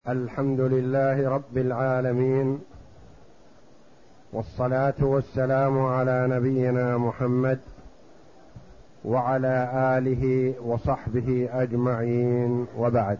الحمد لله رب العالمين، والصلاة والسلام على نبينا محمد وعلى آله وصحبه أجمعين، وبعد.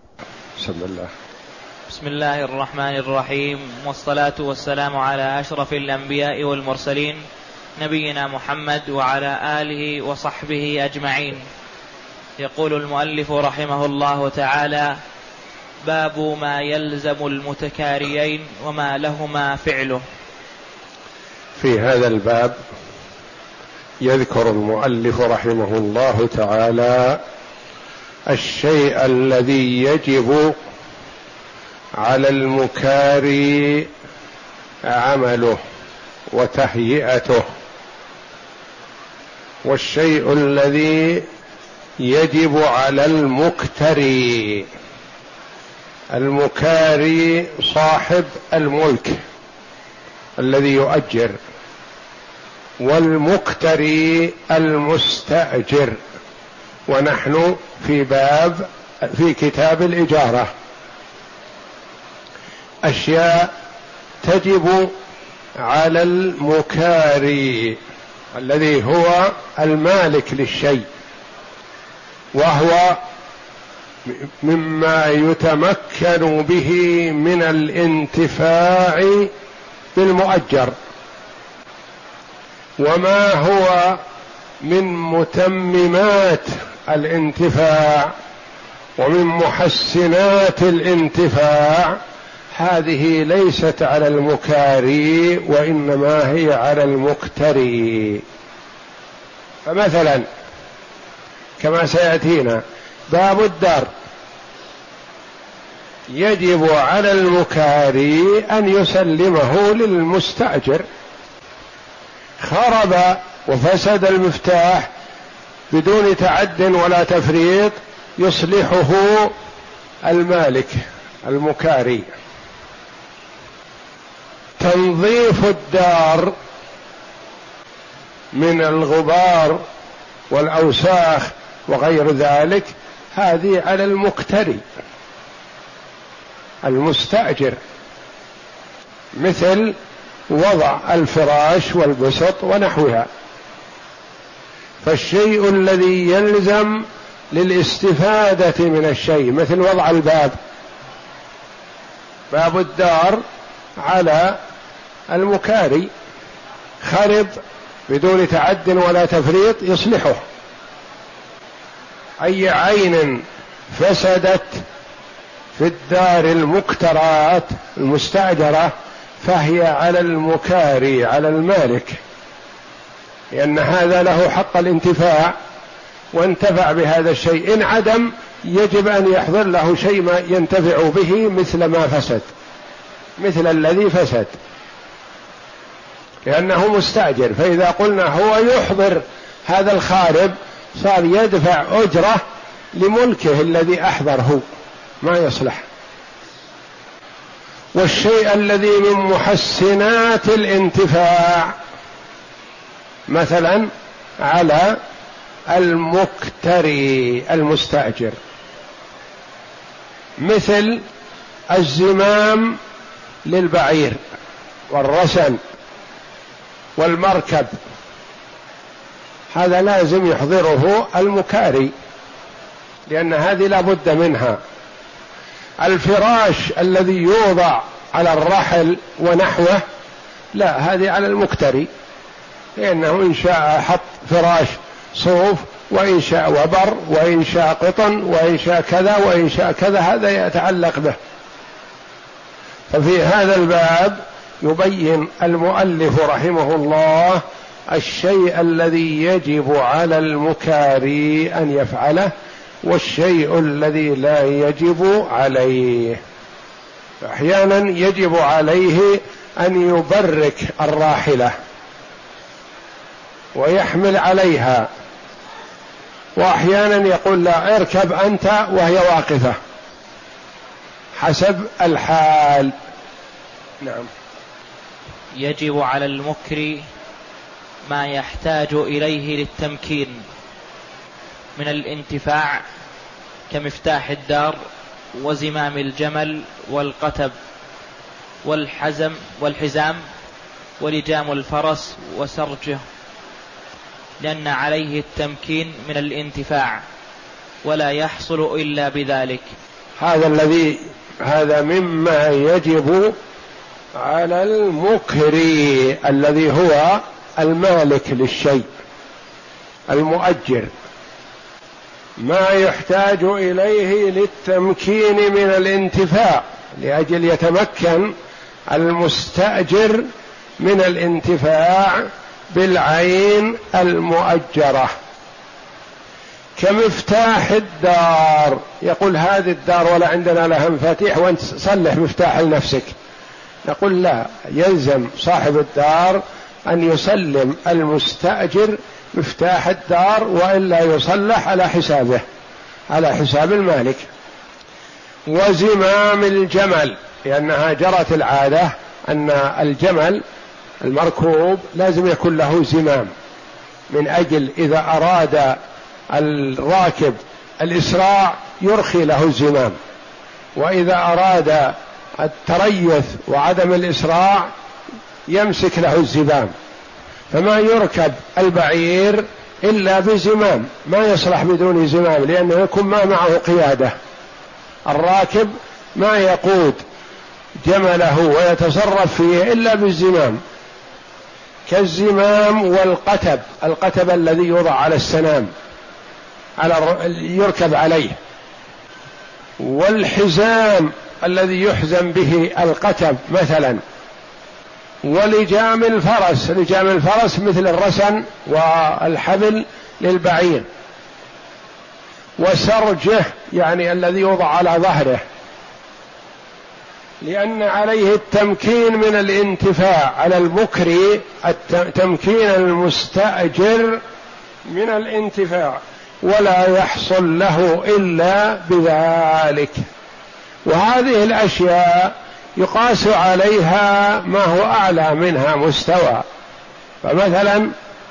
بسم الله الرحمن الرحيم، والصلاة والسلام على أشرف الأنبياء والمرسلين نبينا محمد وعلى آله وصحبه أجمعين. يقول المؤلف رحمه الله تعالى: باب ما يلزم المتكاريين وما لهما فعله. في هذا الباب يذكر المؤلف رحمه الله تعالى الشيء الذي يجب على المكاري عمله وتهيئته، والشيء الذي يجب على المكتري. المكاري صاحب الملك الذي يؤجر، والمكتري المستأجر، ونحن في كتاب الإجارة. أشياء تجب على المكاري الذي هو المالك للشيء، وهو مما يتمكن به من الانتفاع بالمؤجر، وما هو من متممات الانتفاع ومن محسنات الانتفاع، هذه ليست على المكاري وإنما هي على المكتري. فمثلا كما سيأتينا باب الدار، يجب على المكاري أن يسلمه للمستأجر. خرب وفسد المفتاح بدون تعد ولا تفريط، يصلحه المالك المكاري. تنظيف الدار من الغبار والأوساخ وغير ذلك، هذه على المكتري المستأجر، مثل وضع الفراش والبسط ونحوها. فالشيء الذي يلزم للاستفادة من الشيء مثل وضع الباب، باب الدار على المكاري، خرب بدون تعد ولا تفريط يصلحه. أي عين فسدت في الدار المكترات المستأجرة فهي على المكاري، على المالك، لأن هذا له حق الانتفاع وانتفع بهذا الشيء. إن عدم يجب أن يحضر له شيء ما ينتفع به مثل ما فسد، مثل الذي فسد، لأنه مستأجر. فإذا قلنا هو يحضر هذا الخارب صار يدفع أجرة لملكه الذي أحضره، ما يصلح. والشيء الذي من محسنات الانتفاع مثلا على المكتري المستأجر، مثل الزمام للبعير والرسن والمركب، هذا لازم يحضره المكاري لأن هذه لا بد منها. الفراش الذي يوضع على الرحل ونحوه لا، هذه على المكتري، لأنه إن شاء حط فراش صوف، وإن شاء وبر، وإن شاء قطن، وإن شاء كذا، وإن شاء كذا، هذا يتعلق به. ففي هذا الباب يبين المؤلف رحمه الله الشيء الذي يجب على المكاري أن يفعله، والشيء الذي لا يجب عليه. أحيانا يجب عليه أن يبرك الراحلة ويحمل عليها، وأحيانا يقول لا، اركب أنت وهي واقفة، حسب الحال. نعم. يجب على المكري ما يحتاج إليه للتمكين من الانتفاع كمفتاح الدار وزمام الجمل والقتب والحزام ولجام الفرس وسرجه، لأن عليه التمكين من الانتفاع ولا يحصل إلا بذلك. هذا مما يجب على المكري الذي هو المالك للشيء المؤجر، ما يحتاج إليه للتمكين من الانتفاع، لأجل يتمكن المستأجر من الانتفاع بالعين المؤجرة. كمفتاح الدار، يقول هذه الدار ولا عندنا لها مفاتيح وانت صلح مفتاح لنفسك، نقول لا، يلزم صاحب الدار أن يسلم المستأجر مفتاح الدار، وإلا يصلح على حسابه، على حساب المالك. وزمام الجمل، لأنها جرت العادة أن الجمل المركوب لازم يكون له زمام، من أجل إذا أراد الراكب الإسراع يرخي له الزمام، وإذا أراد التريث وعدم الإسراع يمسك له الزمام. فما يركب البعير إلا بزمام، ما يصلح بدون زمام، لأنه يكون ما معه قيادة. الراكب ما يقود جمله ويتصرف فيه إلا بالزمام، كالزمام والقتب، القتب الذي يوضع على السنام يركب عليه، والحزام الذي يحزم به القتب مثلا، ولجام الفرس، لجام الفرس مثل الرسن والحبل للبعير، وسرجه يعني الذي يوضع على ظهره، لأن عليه التمكين من الانتفاع، على المكري تمكين المستأجر من الانتفاع، ولا يحصل له إلا بذلك. وهذه الأشياء يقاس عليها ما هو أعلى منها مستوى، فمثلا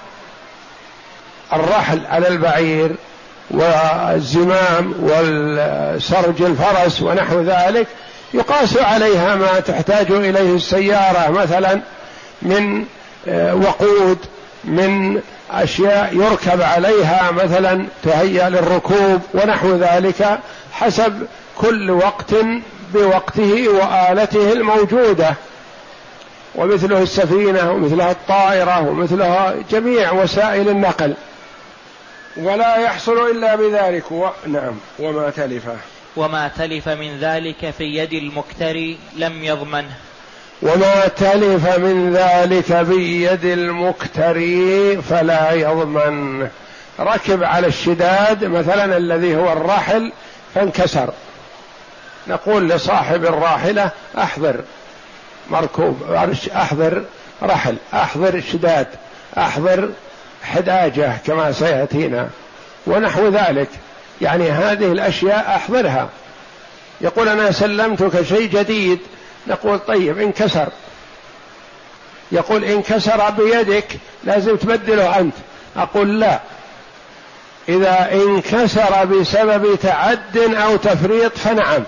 الرحل على البعير والزمام والسرج الفرس ونحو ذلك يقاس عليها ما تحتاج إليه السيارة مثلا من وقود، من أشياء يركب عليها مثلا تهيأ للركوب ونحو ذلك، حسب كل وقت بوقته وآلته الموجودة، ومثله السفينة ومثلها الطائرة ومثلها جميع وسائل النقل، ولا يحصل إلا بذلك. نعم. وما تلف من ذلك في يد المكتري لم يضمنه. وما تلف من ذلك بيد المكتري فلا يضمن. ركب على الشداد مثلا الذي هو الرحل فانكسر، نقول لصاحب الراحلة أحضر مركوب، أحضر رحل، أحضر شداد، أحضر حداجة كما سيأتينا ونحو ذلك، يعني هذه الأشياء أحضرها. يقول أنا سلمتك شيء جديد، نقول طيب انكسر، يقول انكسر بيدك لازم تبدله أنت، أقول لا، إذا انكسر بسبب تعد أو تفريط فنعم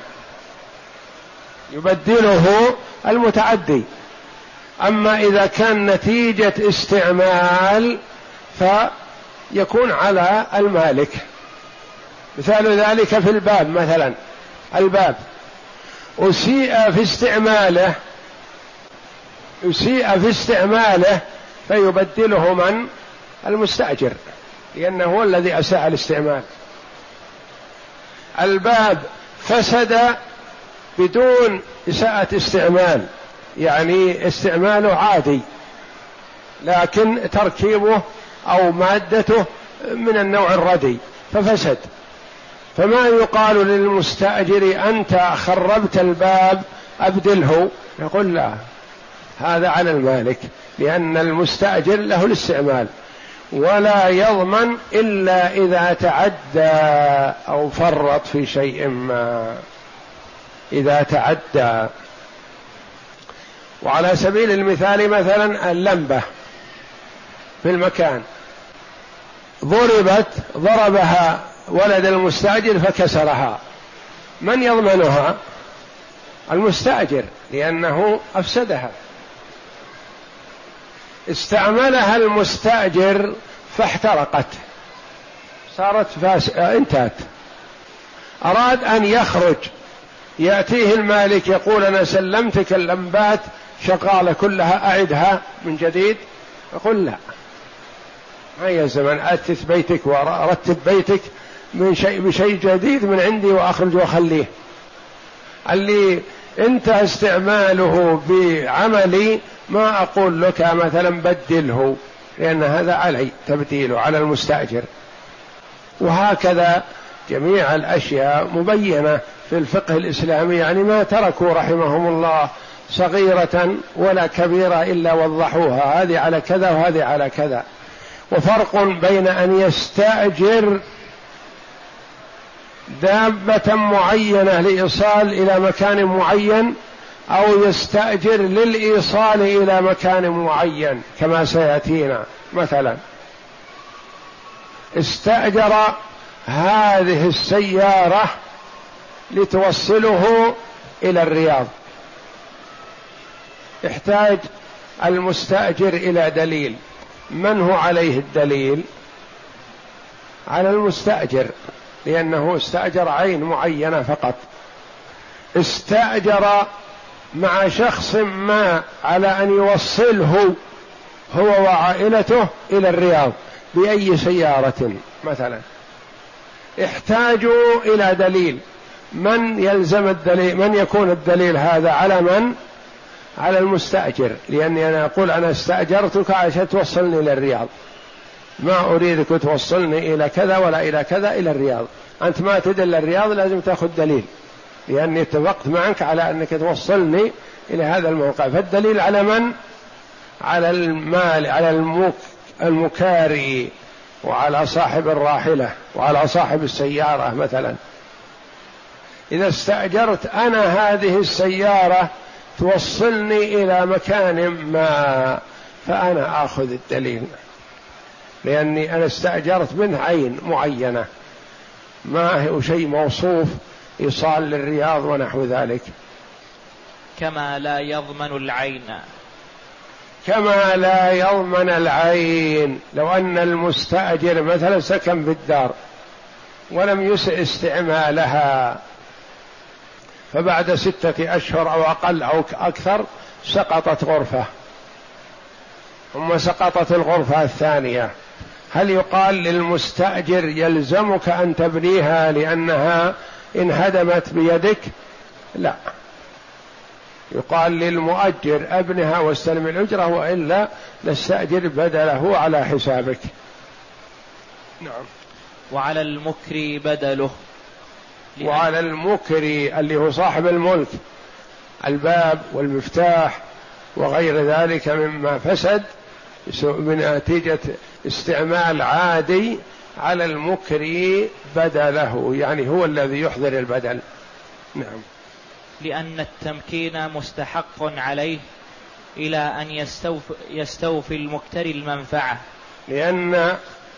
يبدله المتعدي، أما إذا كان نتيجة استعمال فيكون على المالك. مثال ذلك في الباب مثلا، الباب أسيء في استعماله فيبدله من؟ المستأجر، لأنه هو الذي أساء الاستعمال. الباب فسد بدون إساءة استعمال، يعني استعماله عادي لكن تركيبه أو مادته من النوع الردي ففسد، فما يقال للمستأجر أنت خربت الباب أبدله، يقول لا، هذا على المالك، لأن المستأجر له الاستعمال، ولا يضمن إلا إذا تعدى أو فرط في شيء ما، إذا تعدى. وعلى سبيل المثال مثلا اللمبة في المكان ضربها ولد المستأجر فكسرها، من يضمنها؟ المستأجر، لأنه أفسدها. استعملها المستأجر فاحترقت، صارت انتهت. أراد أن يخرج، يأتيه المالك يقول أنا سلمتك اللمبات شغالة كلها، أعدها من جديد. يقول لا، ما يلزم أن أثث بيتك وأرتب بيتك بشيء جديد من عندي وأخرج وأخليه. اللي انتهى استعماله بعملي ما أقول لك مثلا بدله، لأن هذا علي تبديله على المستأجر. وهكذا جميع الأشياء مبينة في الفقه الإسلامي، يعني ما تركوا رحمهم الله صغيرة ولا كبيرة إلا وضحوها، هذه على كذا وهذه على كذا. وفرق بين أن يستأجر دابة معينة لإيصال إلى مكان معين، أو يستأجر للإيصال إلى مكان معين كما سيأتينا. مثلا استأجر هذه السيارة لتوصله إلى الرياض، احتاج المستأجر إلى دليل. من هو عليه الدليل؟ على المستأجر، لأنه استأجر عين معينة فقط. استأجر مع شخص ما على أن يوصله هو وعائلته إلى الرياض بأي سيارة مثلا، احتاجوا إلى دليل. من يلزم الدليل؟ من يكون الدليل هذا على من؟ على المستأجر، لأني أنا أقول أنا استأجرتك عشان توصلني إلى الرياض، ما أريدك توصلني إلى كذا ولا إلى كذا، إلى الرياض. أنت ما تدل الرياض، لازم تأخذ دليل، لأني اتفقت معك على أنك توصلني إلى هذا الموقع. فالدليل على من؟ على المال، على المكاري، وعلى صاحب الراحلة، وعلى صاحب السيارة مثلا. إذا استأجرت أنا هذه السيارة توصلني إلى مكان ما، فأنا آخذ الدليل، لأني أنا استأجرت منه عين معينة، ما هو شيء موصوف إيصال للرياض ونحو ذلك. كما لا يضمن العين. كما لا يضمن العين. لو أن المستأجر مثلا سكن بالدار ولم يسع استعمالها، فبعد 6 أشهر أو أقل أو أكثر سقطت غرفة، ثم سقطت الغرفة الثانية، هل يقال للمستأجر يلزمك أن تبنيها لأنها انهدمت بيدك؟ لا، يقال للمؤجر أبنها واستلم الأجرة، وإلا نستأجر بدله على حسابك. نعم. وعلى المكري بدله. وعلى المكري اللي هو صاحب الملك، الباب والمفتاح وغير ذلك مما فسد من نتيجة استعمال عادي، على المكري بدله، يعني هو الذي يحضر البدل. نعم. لأن التمكين مستحق عليه إلى أن يستوفي المكتري المنفعة. لأن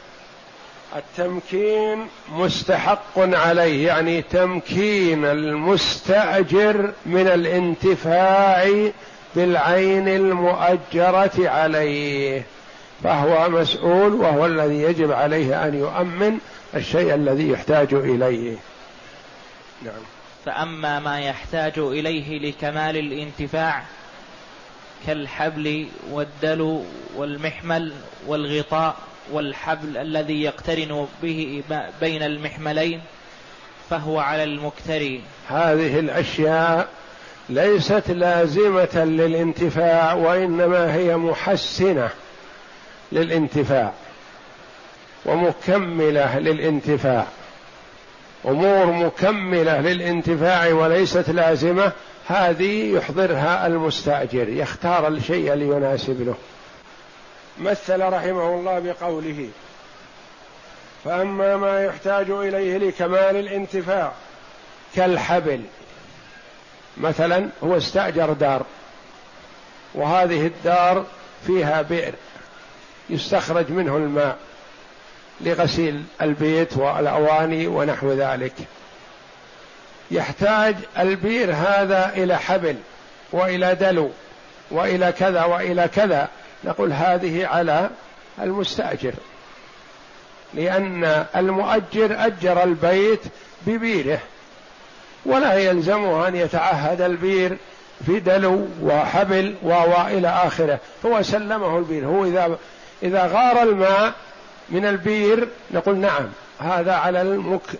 التمكين مستحق عليه، يعني تمكين المستأجر من الانتفاع بالعين المؤجرة عليه، فهو مسؤول، وهو الذي يجب عليه أن يؤمن الشيء الذي يحتاج إليه. نعم. فأما ما يحتاج إليه لكمال الانتفاع كالحبل والدلو والمحمل والغطاء والحبل الذي يقترن به بين المحملين، فهو على المكتري. هذه الأشياء ليست لازمة للانتفاع، وإنما هي محسنة للانتفاع ومكملة للانتفاع، أمور مكملة للانتفاع وليست لازمة، هذه يحضرها المستأجر، يختار الشيء اللي يناسب له. مثل رحمه الله بقوله: فأما ما يحتاج إليه لكمال الانتفاع كالحبل. مثلا هو استأجر دار، وهذه الدار فيها بئر يستخرج منه الماء لغسيل البيت والأواني ونحو ذلك، يحتاج البير هذا إلى حبل وإلى دلو وإلى كذا وإلى كذا، نقول هذه على المستأجر، لأن المؤجر أجر البيت ببيره ولا يلزمه أن يتعهد البير في دلو وحبل وإلى آخره، هو سلمه البير. هو إذا غار الماء من البير نقول نعم هذا على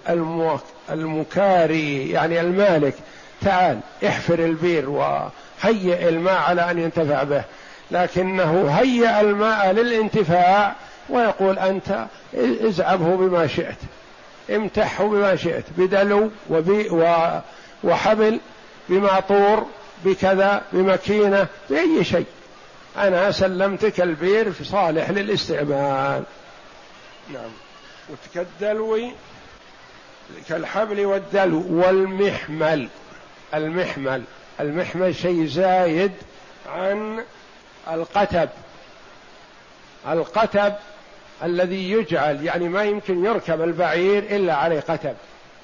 المكاري يعني المالك، تعال احفر البير وهيئ الماء على أن ينتفع به، لكنه هيئ الماء للانتفاع ويقول أنت ازعبه بما شئت، امتحه بما شئت، بدلو وحبل، بماطور، بكذا، بمكينة، بأي شيء، أنا سلمتك البير في صالح للاستعمال. نعم. وكالدلو كالحبل والدلو والمحمل. المحمل شيء زايد عن القتب الذي يجعل، يعني ما يمكن يركب البعير إلا عليه قتب،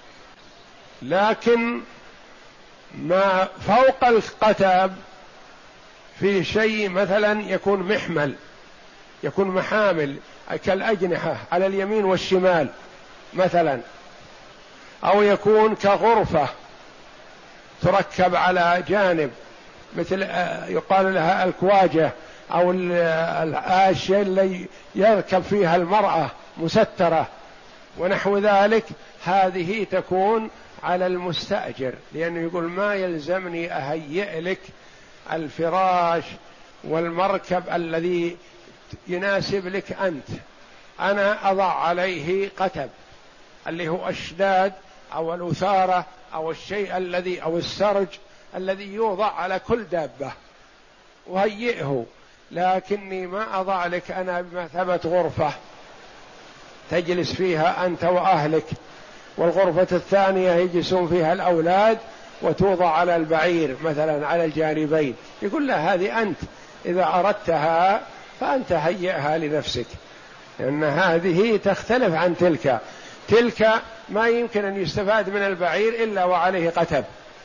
لكن ما فوق القتب في شيء مثلا يكون محمل، يكون محامل كالأجنحة على اليمين والشمال مثلا، أو يكون كغرفة تركب على جانب مثل يقال لها الكواجة، أو الشيء اللي يركب فيها المرأة مسترة ونحو ذلك، هذه تكون على المستأجر، لأنه يقول ما يلزمني أهيئ لك الفراش والمركب الذي يناسب لك أنت، أنا أضع عليه قتب اللي هو الشداد أو الأثارة أو الشيء الذي أو السرج الذي يوضع على كل دابة وهيئه، لكني ما أضع لك أنا بمثابة غرفة تجلس فيها أنت وأهلك، والغرفة الثانية يجلسون فيها الأولاد وتوضع على البعير مثلا على الجانبين، يقول لا هذه أنت إذا أردتها فأنت هيئها لنفسك، لأن هذه تختلف عن تلك ما يمكن أن يستفاد من البعير إلا وعليه قتب،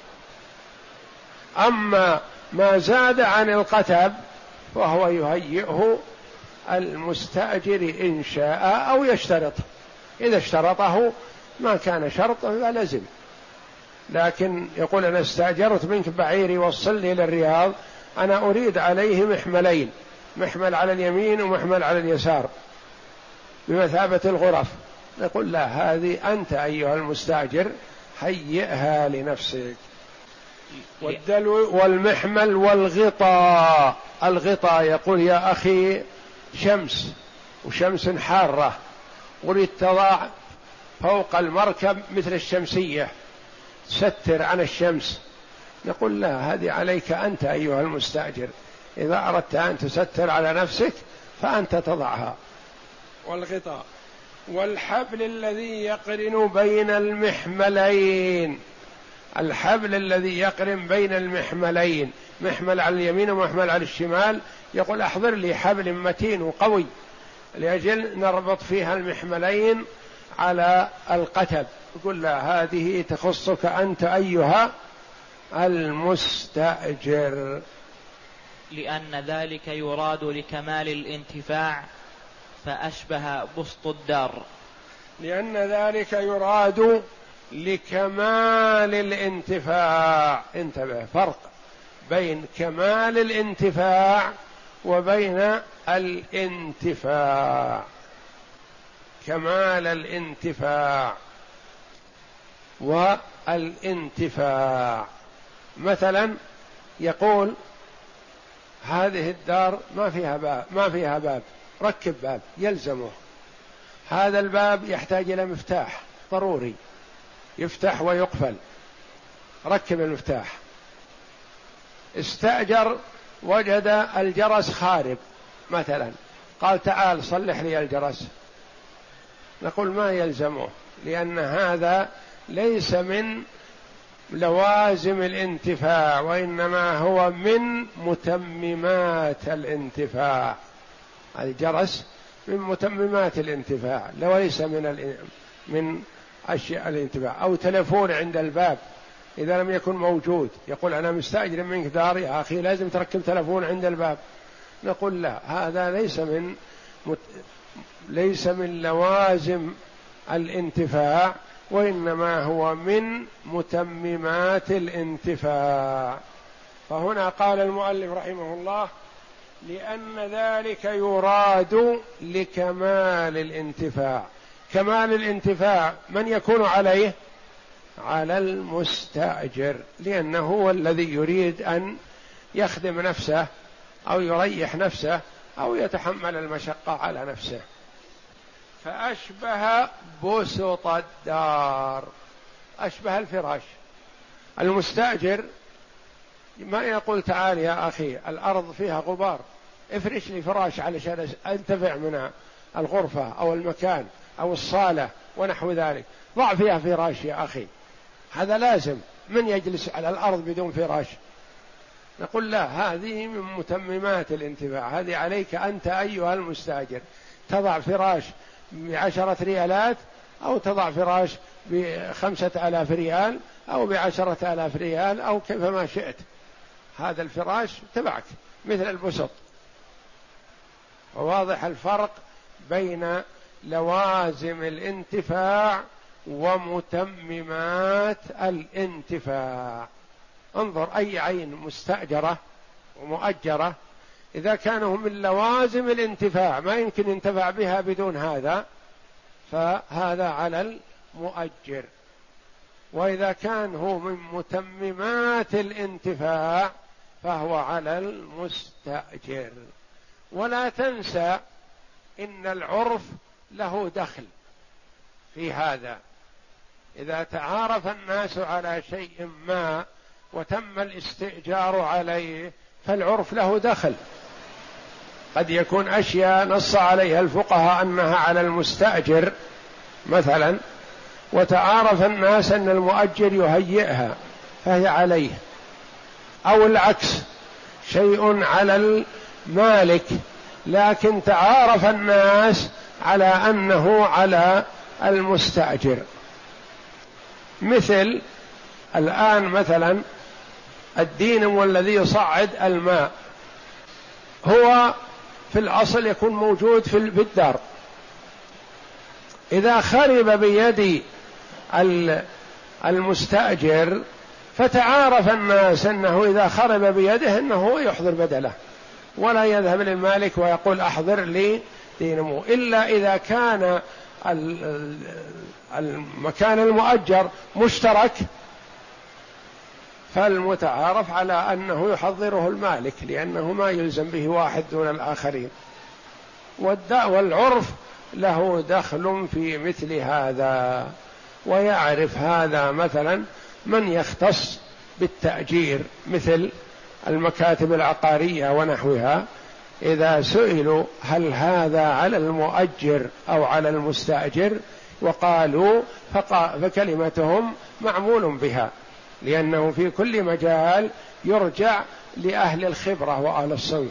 أما ما زاد عن القتب فهو يهيئه المستأجر إن شاء أو يشترطه، إذا اشترطه ما كان شرط فلزم، لكن يقول أنا استأجرت منك بعيري وصل لي للرياض، أنا أريد عليه محملين، محمل على اليمين ومحمل على اليسار بمثابة الغرف، نقول لا هذه أنت أيها المستأجر هيئها لنفسك. والدلو والمحمل والغطاء. الغطاء يقول يا أخي شمس وشمس حارة أريد تضع فوق المركب مثل الشمسية ستر عن الشمس، نقول لا هذه عليك أنت أيها المستأجر، إذا أردت أن تستر على نفسك فأنت تضعها. والغطاء. والحبل الذي يقرن بين المحملين. الحبل الذي يقرن بين المحملين، محمل على اليمين ومحمل على الشمال، يقول أحضر لي حبل متين وقوي لأجل نربط فيها المحملين على القتب، يقول لا هذه تخصك أنت أيها المستأجر، لأن ذلك يراد لكمال الانتفاع فأشبه بسط الدار. لأن ذلك يراد لكمال الانتفاع. انتبه، فرق بين كمال الانتفاع وبين الانتفاع. كمال الانتفاع والانتفاع، مثلا يقول هذه الدار ما فيها باب، ركب باب يلزمه، هذا الباب يحتاج إلى مفتاح ضروري يفتح ويقفل، ركب المفتاح. استأجر وجد الجرس خارب مثلا، قال تعال صلح لي الجرس، نقول ما يلزمه، لأن هذا ليس من لوازم الانتفاع، وإنما هو من متممات الانتفاع. الجرس من متممات الانتفاع وليس من أشياء الانتفاع. أو تلفون عند الباب إذا لم يكن موجود يقول أنا مستأجر منك دار يا أخي لازم تركب تلفون عند الباب، نقول لا، هذا ليس من لوازم الانتفاع، وإنما هو من متممات الانتفاع. فهنا قال المؤلف رحمه الله: لأن ذلك يراد لكمال الانتفاع. كمال الانتفاع من يكون عليه؟ على المستأجر، لأنه هو الذي يريد أن يخدم نفسه أو يريح نفسه أو يتحمل المشقة على نفسه. فأشبه بسط الدار، أشبه الفراش. المستأجر ما يقول تعال يا أخي الأرض فيها غبار افرش لي فراش علشان أنتفع من الغرفة أو المكان أو الصالة ونحو ذلك، ضع فيها فراش يا أخي، هذا لازم. من يجلس على الأرض بدون فراش؟ نقول لا، هذه من متممات الانتفاع، هذه عليك أنت أيها المستأجر، تضع فراش ب10 ريالات أو تضع فراش ب5,000 ريال أو ب10,000 ريال أو كيفما شئت، هذا الفراش تبعك مثل البسط. وواضح الفرق بين لوازم الانتفاع ومتممات الانتفاع. انظر أي عين مستأجرة ومؤجرة إذا كانوا من لوازم الانتفاع ما يمكن ينتفع بها بدون هذا، فهذا على المؤجر. وإذا كان هو من متممات الانتفاع فهو على المستأجر. ولا تنسى إن العرف له دخل في هذا. إذا تعارف الناس على شيء ما وتم الاستئجار عليه فالعرف له دخل. قد يكون أشياء نص عليها الفقهاء أنها على المستأجر مثلا، وتعارف الناس أن المؤجر يهيئها فهي عليه، أو العكس، شيء على المالك لكن تعارف الناس على أنه على المستأجر. مثل الآن مثلا الدينم الذي يصعد الماء هو في الأصل يكون موجود في الدار، إذا خرب بيد المستأجر فتعارف الناس أنه إذا خرب بيده أنه يحضر بدله ولا يذهب للمالك ويقول أحضر لي دينمو، إلا إذا كان المكان المؤجر مشترك فالمتعارف على أنه يحضره المالك لأنه ما يلزم به واحد دون الآخرين. والعرف له دخل في مثل هذا، ويعرف هذا مثلا من يختص بالتأجير مثل المكاتب العقارية ونحوها، إذا سئلوا هل هذا على المؤجر أو على المستأجر وقالوا فكلمتهم معمول بها، لأنه في كل مجال يرجع لأهل الخبرة وأهل الصنف.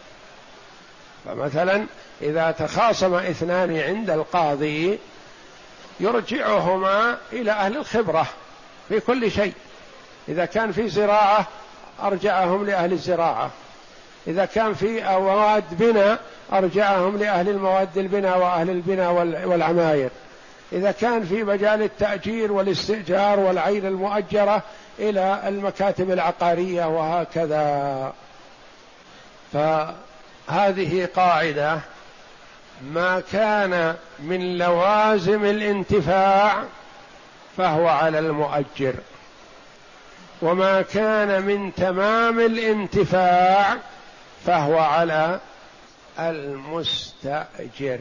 فمثلا إذا تخاصم اثنان عند القاضي يرجعهما إلى أهل الخبرة في كل شيء، إذا كان في زراعة أرجعهم لأهل الزراعة، إذا كان في مواد بناء أرجعهم لأهل المواد البناء وأهل البناء والعماير، إذا كان في مجال التأجير والاستئجار والعين المؤجرة إلى المكاتب العقارية، وهكذا. فهذه قاعدة: ما كان من لوازم الانتفاع فهو على المؤجر، وما كان من تمام الانتفاع فهو على المستأجر.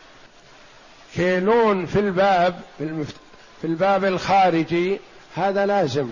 كيلون في الباب الخارجي هذا لازم،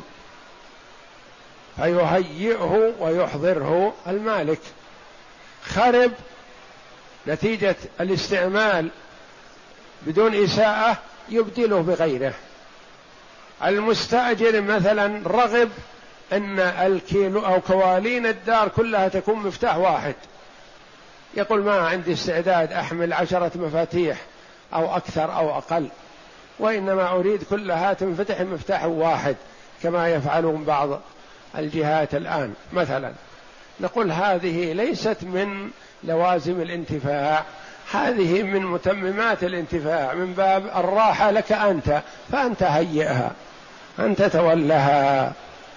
فيهيئه ويحضره المالك. خرب نتيجة الاستعمال بدون إساءة يبدله بغيره. المستأجر مثلا رغب أن الكيلو أو كوالين الدار كلها تكون مفتاح واحد، يقول ما عندي استعداد أحمل 10 مفاتيح أو أكثر أو أقل، وإنما أريد كلها تنفتح مفتاح واحد، كما يفعلون بعض الجهات الآن مثلا، نقول هذه ليست من لوازم الانتفاع، هذه من متممات الانتفاع، من باب الراحة لك أنت، فأنت هيئها، أنت تولها.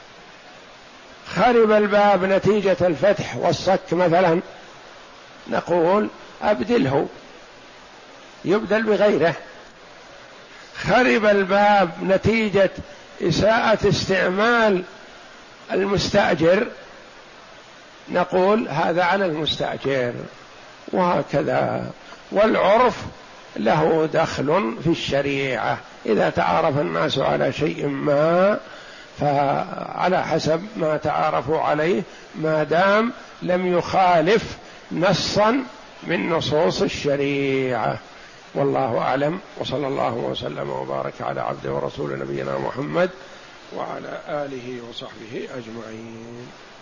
خرب الباب نتيجة الفتح والصك مثلا، نقول أبدله، يبدل بغيره. خرب الباب نتيجة إساءة استعمال المستأجر، نقول هذا على المستأجر، وهكذا. والعرف له دخل في الشريعة، إذا تعارف الناس على شيء ما فعلى حسب ما تعارفوا عليه، ما دام لم يخالف نصا من نصوص الشريعة. والله أعلم، وصلى الله وسلم وبارك على عبده ورسول نبينا محمد وعلى آله وصحبه أجمعين.